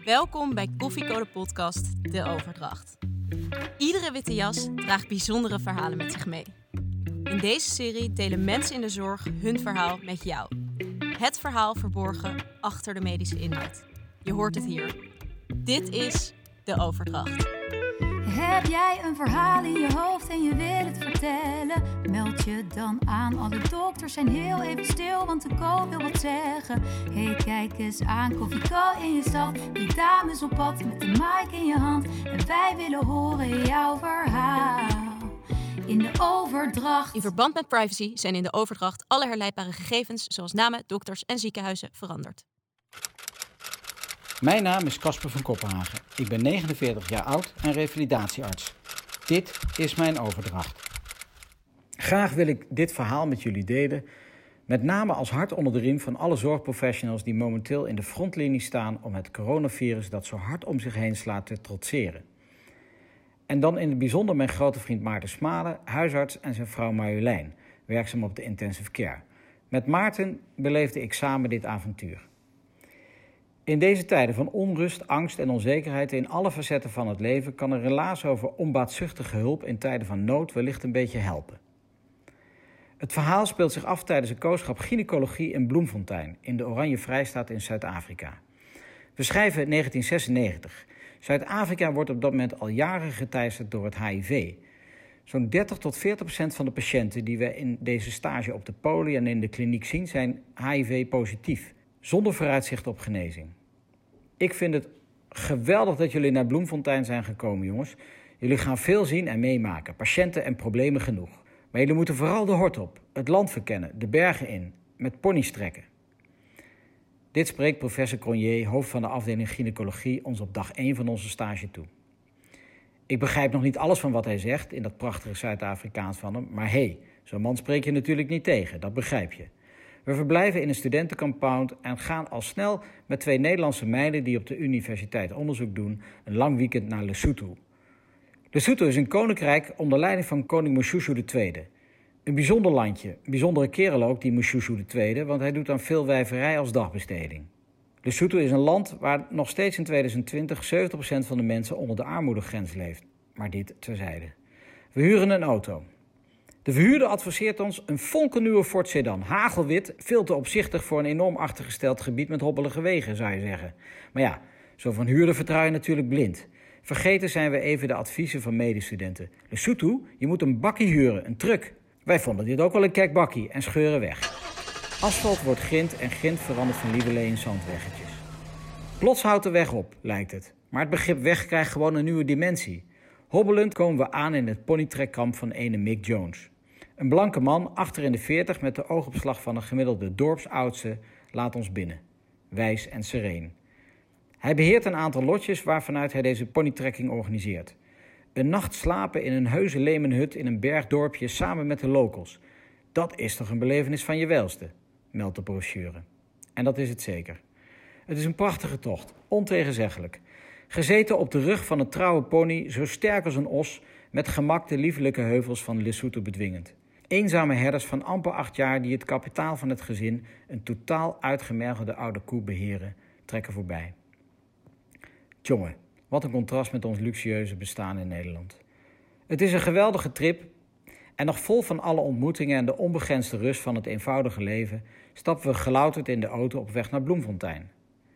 Welkom bij Koffiecode Podcast De Overdracht. Iedere witte jas draagt bijzondere verhalen met zich mee. In deze serie delen mensen in de zorg hun verhaal met jou. Het verhaal verborgen achter de medische inhoud. Je hoort het hier. Dit is De Overdracht. Heb jij een verhaal in je hoofd en je wil het vertellen? Meld je dan aan, alle dokters zijn heel even stil, want de co wil wat zeggen. Hey, kijk eens aan, Koffieko in je stad, die dames op pad met de mic in je hand. En wij willen horen jouw verhaal in de overdracht. In verband met privacy zijn in de overdracht alle herleidbare gegevens, zoals namen, dokters en ziekenhuizen, veranderd. Mijn naam is Casper van Kopenhagen. Ik ben 49 jaar oud en revalidatiearts. Dit is mijn overdracht. Graag wil ik dit verhaal met jullie delen, met name als hart onder de riem van alle zorgprofessionals die momenteel in de frontlinie staan om het coronavirus dat zo hard om zich heen slaat te trotseren. En dan in het bijzonder mijn grote vriend Maarten Smalen, huisarts, en zijn vrouw Marjolein, werkzaam op de intensive care. Met Maarten beleefde ik samen dit avontuur. In deze tijden van onrust, angst en onzekerheid in alle facetten van het leven kan een relaas over onbaatzuchtige hulp in tijden van nood wellicht een beetje helpen. Het verhaal speelt zich af tijdens een kooschap gynaecologie in Bloemfontein in de Oranje Vrijstaat in Zuid-Afrika. We schrijven 1996. Zuid-Afrika wordt op dat moment al jaren geteisterd door het HIV. Zo'n 30 tot 40% van de patiënten die we in deze stage op de poli en in de kliniek zien zijn HIV-positief. Zonder vooruitzicht op genezing. Ik vind het geweldig dat jullie naar Bloemfontein zijn gekomen, jongens. Jullie gaan veel zien en meemaken. Patiënten en problemen genoeg. Maar jullie moeten vooral de hort op. Het land verkennen, de bergen in. Met ponies trekken. Dit spreekt professor Cronje, hoofd van de afdeling gynaecologie, ons op dag 1 van onze stage toe. Ik begrijp nog niet alles van wat hij zegt in dat prachtige Zuid-Afrikaans van hem. Maar zo'n man spreek je natuurlijk niet tegen, dat begrijp je. We verblijven in een studentencompound en gaan al snel met 2 Nederlandse meiden die op de universiteit onderzoek doen een lang weekend naar Lesotho. Lesotho is een koninkrijk onder leiding van koning Moshoeshoe II. Een bijzonder landje, een bijzondere kerel ook, die Moshoeshoe II, want hij doet aan veel wijverij als dagbesteding. Lesotho is een land waar nog steeds in 2020 70% van de mensen onder de armoedegrens leeft. Maar dit terzijde. We huren een auto. De verhuurder adviseert ons een fonkelnieuwe Ford Sedan. Hagelwit, veel te opzichtig voor een enorm achtergesteld gebied met hobbelige wegen, zou je zeggen. Maar ja, zo van huurder vertrouw je natuurlijk blind. Vergeten zijn we even de adviezen van medestudenten. Lesotho, je moet een bakkie huren, een truck. Wij vonden dit ook wel een kekbakkie en scheuren weg. Asfalt wordt grind en grind verandert van lieverlee in zandweggetjes. Plots houdt de weg op, lijkt het. Maar het begrip weg krijgt gewoon een nieuwe dimensie. Hobbelend komen we aan in het ponytrekkamp van ene Mick Jones. Een blanke man, achter in de 40 met de oogopslag van een gemiddelde dorpsoudste, laat ons binnen. Wijs en sereen. Hij beheert een aantal lotjes waarvanuit hij deze ponytrekking organiseert. Een nacht slapen in een heuse lemenhut in een bergdorpje samen met de locals. Dat is toch een belevenis van je welste, meldt de brochure. En dat is het zeker. Het is een prachtige tocht, ontegenzeggelijk. Gezeten op de rug van een trouwe pony, zo sterk als een os, met gemak de liefelijke heuvels van Lesotho bedwingend. Eenzame herders van amper 8 jaar die het kapitaal van het gezin, een totaal uitgemergelde oude koe beheren, trekken voorbij. Tjonge, wat een contrast met ons luxueuze bestaan in Nederland. Het is een geweldige trip en nog vol van alle ontmoetingen en de onbegrensde rust van het eenvoudige leven stappen we gelouterd in de auto op weg naar Bloemfontein.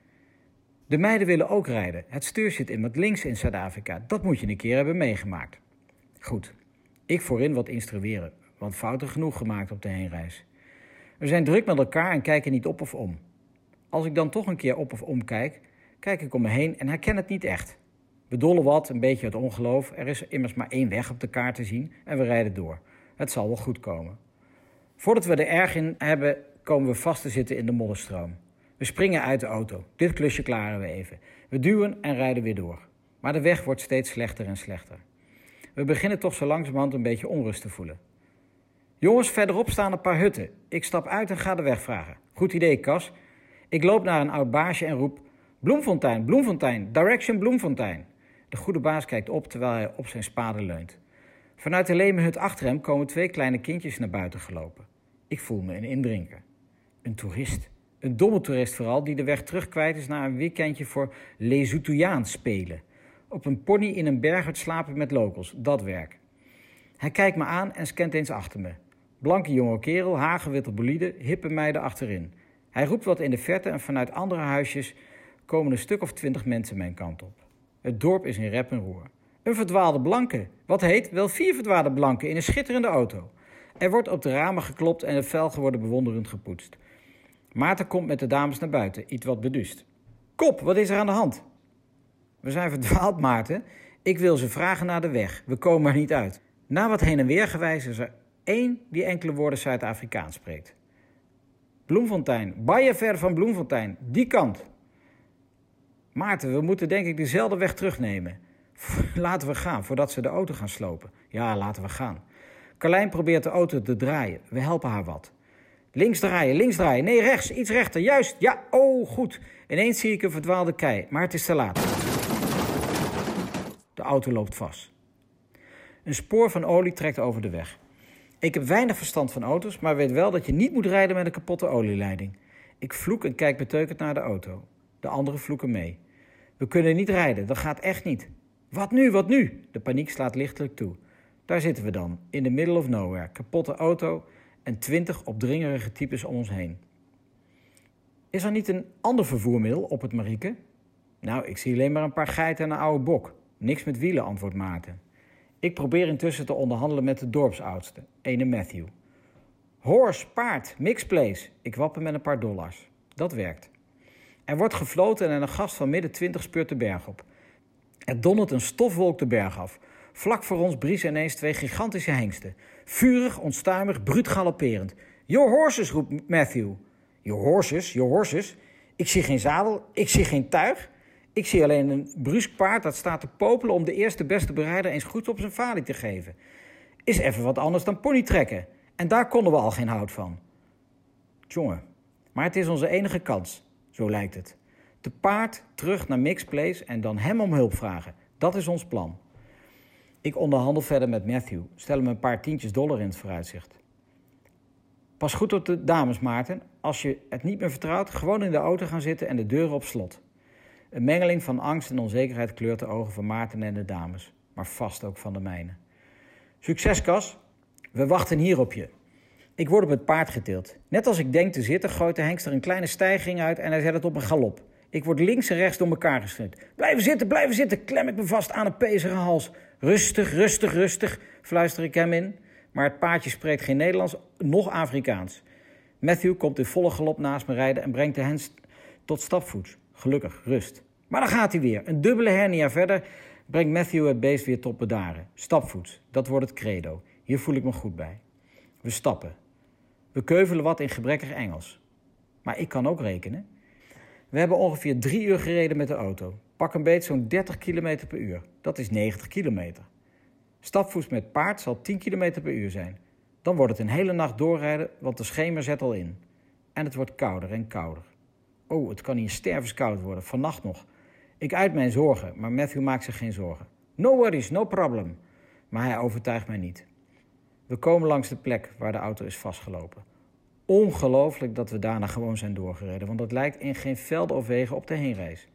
De meiden willen ook rijden. Het stuur zit immers links in Zuid-Afrika. Dat moet je een keer hebben meegemaakt. Goed, ik voorin wat instrueren, want fouten genoeg gemaakt op de heenreis. We zijn druk met elkaar en kijken niet op of om. Als ik dan toch een keer op of om kijk, kijk ik om me heen en herken het niet echt. We dollen wat, een beetje uit ongeloof. Er is immers maar 1 weg op de kaart te zien en we rijden door. Het zal wel goed komen. Voordat we er erg in hebben, komen we vast te zitten in de modderstroom. We springen uit de auto. Dit klusje klaren we even. We duwen en rijden weer door. Maar de weg wordt steeds slechter en slechter. We beginnen toch zo langzamerhand een beetje onrust te voelen. Jongens, verderop staan een paar hutten. Ik stap uit en ga de weg vragen. Goed idee, Cas. Ik loop naar een oud baasje en roep: Bloemfontein, Bloemfontein, direction Bloemfontein. De goede baas kijkt op terwijl hij op zijn spade leunt. Vanuit de lemenhut achter hem komen 2 kleine kindjes naar buiten gelopen. Ik voel me een indrinker. Een toerist. Een domme toerist vooral, die de weg terug kwijt is na een weekendje voor Les Outouillaans spelen. Op een pony in een berghut slapen met locals, dat werk. Hij kijkt me aan en scant eens achter me. Blanke jonge kerel, hagelwitte bolide, hippe meiden achterin. Hij roept wat in de verte en vanuit andere huisjes komen een stuk of 20 mensen mijn kant op. Het dorp is in rep en roer. Een verdwaalde blanke. Wat heet? Wel 4 verdwaalde blanken in een schitterende auto. Er wordt op de ramen geklopt en de velgen worden bewonderend gepoetst. Maarten komt met de dames naar buiten, iets wat beduust. Kop, wat is er aan de hand? We zijn verdwaald, Maarten. Ik wil ze vragen naar de weg. We komen er niet uit. Na wat heen en weer gewijs is er 1 die enkele woorden Zuid-Afrikaans spreekt. Bloemfontein, baie ver van Bloemfontein, die kant. Maarten, we moeten denk ik dezelfde weg terugnemen. Laten we gaan, voordat ze de auto gaan slopen. Ja, laten we gaan. Carlijn probeert de auto te draaien. We helpen haar wat. Links draaien. Nee, rechts, iets rechter. Juist, ja, oh, goed. Ineens zie ik een verdwaalde kei, maar het is te laat. De auto loopt vast. Een spoor van olie trekt over de weg. Ik heb weinig verstand van auto's, maar weet wel dat je niet moet rijden met een kapotte olieleiding. Ik vloek en kijk beteukend naar de auto. De anderen vloeken mee. We kunnen niet rijden, dat gaat echt niet. Wat nu? De paniek slaat lichtelijk toe. Daar zitten we dan, in the middle of nowhere. Kapotte auto en 20 opdringerige types om ons heen. Is er niet een ander vervoermiddel op het Marieke? Nou, ik zie alleen maar een paar geiten en een oude bok. Niks met wielen, antwoordt Maarten. Ik probeer intussen te onderhandelen met de dorpsoudste, ene Matthew. Horse, paard, mixplace. Ik wapper met een paar dollars. Dat werkt. Er wordt gefloten en een gast van midden 20 speurt de berg op. Er dondert een stofwolk de berg af. Vlak voor ons briezen ineens 2 gigantische hengsten. Vurig, onstuimig, bruut galopperend. Your horses, roept Matthew. Your horses? Ik zie geen zadel, ik zie geen tuig. Ik zie alleen een brusk paard dat staat te popelen om de eerste beste berijder eens goed op zijn falie te geven. Is even wat anders dan ponytrekken. En daar konden we al geen hout van. Tjonge, maar het is onze enige kans. Zo lijkt het. Te paard, terug naar Mixplace en dan hem om hulp vragen. Dat is ons plan. Ik onderhandel verder met Matthew. Stel hem een paar tientjes dollar in het vooruitzicht. Pas goed op de dames, Maarten. Als je het niet meer vertrouwt, gewoon in de auto gaan zitten en de deuren op slot. Een mengeling van angst en onzekerheid kleurt de ogen van Maarten en de dames. Maar vast ook van de mijne. Succes, Cas. We wachten hier op je. Ik word op het paard getild. Net als ik denk te zitten, gooit de hengster een kleine stijging uit en hij zet het op een galop. Ik word links en rechts door elkaar geschud. Blijven zitten, klem ik me vast aan een pezige hals. Rustig, fluister ik hem in. Maar het paardje spreekt geen Nederlands, noch Afrikaans. Matthew komt in volle galop naast me rijden en brengt de hengst tot stapvoets. Gelukkig, rust. Maar dan gaat hij weer. Een dubbele hernia verder brengt Matthew het beest weer tot bedaren. Stapvoets, dat wordt het credo. Hier voel ik me goed bij. We stappen. We keuvelen wat in gebrekkig Engels. Maar ik kan ook rekenen. We hebben ongeveer 3 uur gereden met de auto. Pak een beet zo'n 30 km per uur. Dat is 90 kilometer. Stapvoets met paard zal 10 km per uur zijn. Dan wordt het een hele nacht doorrijden, want de schemer zet al in. En het wordt kouder en kouder. Oh, het kan hier stervenskoud worden, vannacht nog. Ik uit mijn zorgen, maar Matthew maakt zich geen zorgen. No worries, no problem. Maar hij overtuigt mij niet. We komen langs de plek waar de auto is vastgelopen. Ongelooflijk dat we daarna gewoon zijn doorgereden, want dat lijkt in geen velden of wegen op de heenreis.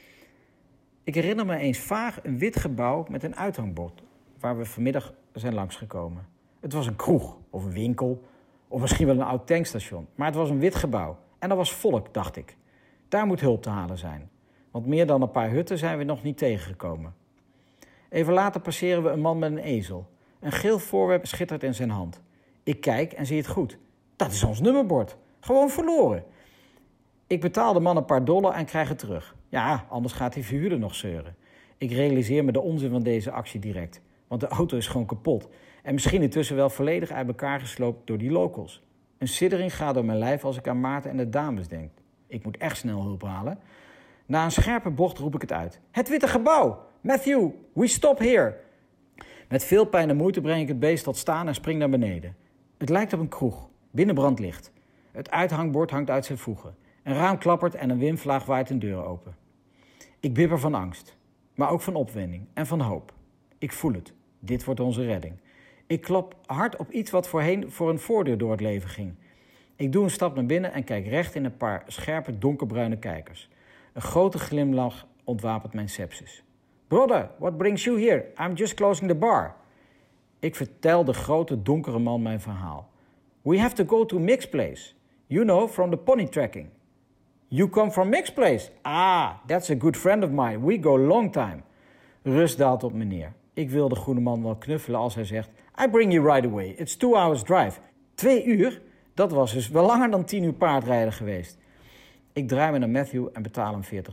Ik herinner me eens vaag een wit gebouw met een uithangbord, waar we vanmiddag zijn langsgekomen. Het was een kroeg, of een winkel, of misschien wel een oud tankstation, maar het was een wit gebouw. En er was volk, dacht ik. Daar moet hulp te halen zijn, want meer dan een paar hutten zijn we nog niet tegengekomen. Even later passeren we een man met een ezel. Een geel voorwerp schittert in zijn hand. Ik kijk en zie het goed. Dat is ons nummerbord. Gewoon verloren. Ik betaal de man een paar dollar en krijg het terug. Ja, anders gaat die verhuurder nog zeuren. Ik realiseer me de onzin van deze actie direct. Want de auto is gewoon kapot. En misschien intussen wel volledig uit elkaar gesloopt door die locals. Een siddering gaat door mijn lijf als ik aan Maarten en de dames denk. Ik moet echt snel hulp halen. Na een scherpe bocht roep ik het uit. Het witte gebouw! Matthew, we stop here! Met veel pijn en moeite breng ik het beest tot staan en spring naar beneden. Het lijkt op een kroeg. Binnen brandt licht. Het uithangbord hangt uit zijn voegen. Een raam klappert en een windvlaag waait een deur open. Ik bibber van angst, maar ook van opwinding en van hoop. Ik voel het. Dit wordt onze redding. Ik klop hard op iets wat voorheen voor een voordeur door het leven ging. Ik doe een stap naar binnen en kijk recht in een paar scherpe donkerbruine kijkers. Een grote glimlach ontwapent mijn sepsis. Brother, what brings you here? I'm just closing the bar. Ik vertel de grote donkere man mijn verhaal. We have to go to Mick's place. You know, from the pony tracking. You come from Mick's place? Ah, that's a good friend of mine. We go long time. Rust daalt op me neer. Ik wil de groene man wel knuffelen als hij zegt... I bring you right away. It's 2 hours drive. 2 uur? Dat was dus wel langer dan 10 uur paardrijden geweest. Ik draai me naar Matthew en betaal hem $40.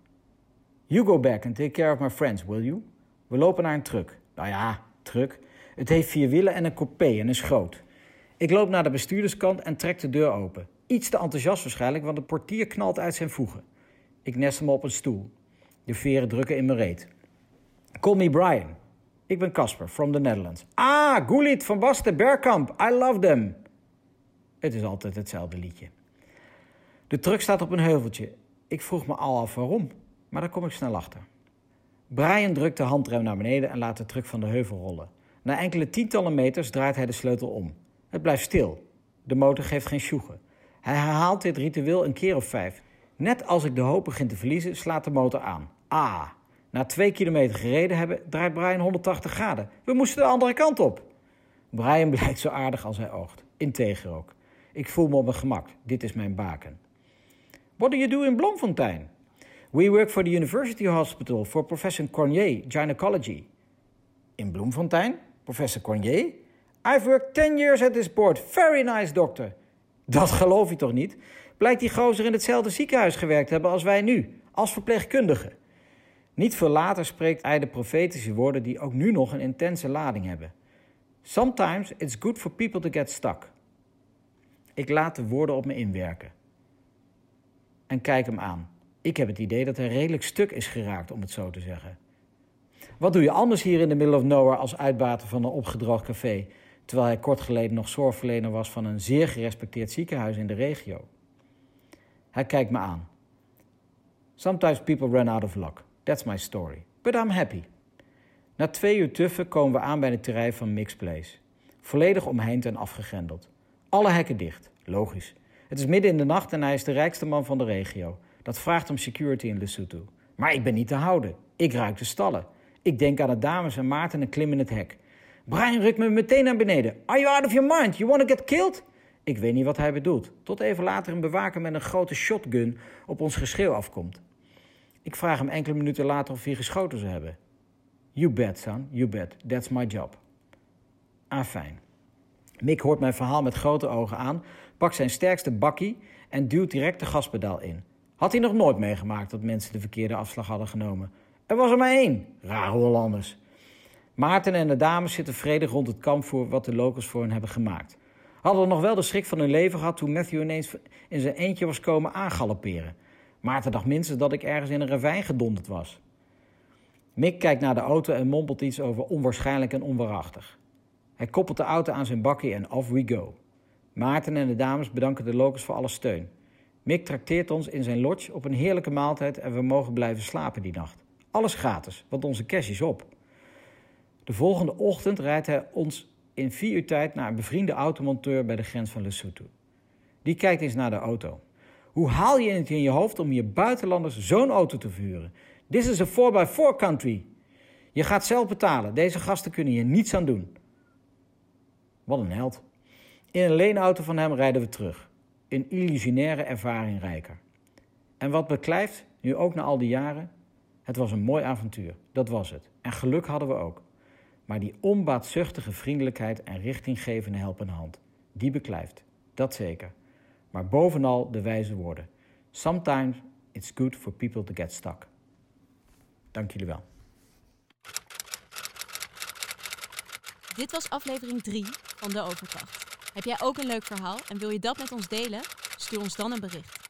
You go back and take care of my friends, will you? We lopen naar een truck. Nou ja, truck. Het heeft 4 wielen en een coupé en is groot. Ik loop naar de bestuurderskant en trek de deur open. Iets te enthousiast waarschijnlijk, want de portier knalt uit zijn voegen. Ik nestel me op een stoel. De veren drukken in mijn reet. Call me Brian. Ik ben Casper, from the Netherlands. Ah, Gullit van Basten, Bergkamp. I love them. Het is altijd hetzelfde liedje. De truck staat op een heuveltje. Ik vroeg me al af waarom, maar daar kom ik snel achter. Brian drukt de handrem naar beneden en laat de truck van de heuvel rollen. Na enkele tientallen meters draait hij de sleutel om. Het blijft stil. De motor geeft geen sjoegen. Hij herhaalt dit ritueel een keer of 5. Net als ik de hoop begin te verliezen, slaat de motor aan. Ah, na 2 kilometer gereden hebben, draait Brian 180 graden. We moesten de andere kant op. Brian blijkt zo aardig als hij oogt. Integer ook. Ik voel me op mijn gemak. Dit is mijn baken. What do you do in Bloemfontein? We work for the University Hospital for Professor Cornier, Gynecology. In Bloemfontein? Professor Cornier? I've worked 10 years at this board. Very nice doctor. Dat geloof je toch niet? Blijkt die gozer in hetzelfde ziekenhuis gewerkt te hebben als wij nu, als verpleegkundige. Niet veel later spreekt hij de profetische woorden die ook nu nog een intense lading hebben. Sometimes it's good for people to get stuck. Ik laat de woorden op me inwerken. En kijk hem aan. Ik heb het idee dat hij redelijk stuk is geraakt, om het zo te zeggen. Wat doe je anders hier in the middle of nowhere als uitbater van een opgedroogd café, terwijl hij kort geleden nog zorgverlener was van een zeer gerespecteerd ziekenhuis in de regio? Hij kijkt me aan. Sometimes people run out of luck. That's my story. But I'm happy. Na 2 uur tuffen komen we aan bij het terrein van Mick's Place. Volledig omheind en afgegrendeld. Alle hekken dicht. Logisch. Het is midden in de nacht en hij is de rijkste man van de regio. Dat vraagt om security in Lesotho. Maar ik ben niet te houden. Ik ruik de stallen. Ik denk aan de dames en Maarten en klim in het hek. Brian rukt me meteen naar beneden. Are you out of your mind? You want to get killed? Ik weet niet wat hij bedoelt. Tot even later een bewaker met een grote shotgun op ons geschreeuw afkomt. Ik vraag hem enkele minuten later of hij geschoten zou hebben. You bet, son. You bet. That's my job. Fijn. Mick hoort mijn verhaal met grote ogen aan, pakt zijn sterkste bakkie en duwt direct de gaspedaal in. Had hij nog nooit meegemaakt dat mensen de verkeerde afslag hadden genomen. Er was er maar 1. Rare Hollanders. Maarten en de dames zitten vredig rond het kampvuur wat de locals voor hen hebben gemaakt. Hadden nog wel de schrik van hun leven gehad toen Matthew ineens in zijn eentje was komen aangalopperen. Maarten dacht minstens dat ik ergens in een ravijn gedonderd was. Mick kijkt naar de auto en mompelt iets over onwaarschijnlijk en onwaarachtig. Hij koppelt de auto aan zijn bakkie en off we go. Maarten en de dames bedanken de locals voor alle steun. Mick trakteert ons in zijn lodge op een heerlijke maaltijd en we mogen blijven slapen die nacht. Alles gratis, want onze cash is op. De volgende ochtend rijdt hij ons in 4 uur tijd naar een bevriende automonteur bij de grens van Lesotho. Die kijkt eens naar de auto. Hoe haal je het in je hoofd om je buitenlanders zo'n auto te verhuren? This is a 4x4 country. Je gaat zelf betalen. Deze gasten kunnen hier niets aan doen. Wat een held. In een leenauto van hem rijden we terug. Een illusionaire ervaring rijker. En wat beklijft, nu ook na al die jaren? Het was een mooi avontuur, dat was het. En geluk hadden we ook. Maar die onbaatzuchtige vriendelijkheid en richtinggevende helpende hand, die beklijft. Dat zeker. Maar bovenal de wijze woorden. Sometimes it's good for people to get stuck. Dank jullie wel. Dit was aflevering 3 van De Overdracht. Heb jij ook een leuk verhaal en wil je dat met ons delen? Stuur ons dan een bericht.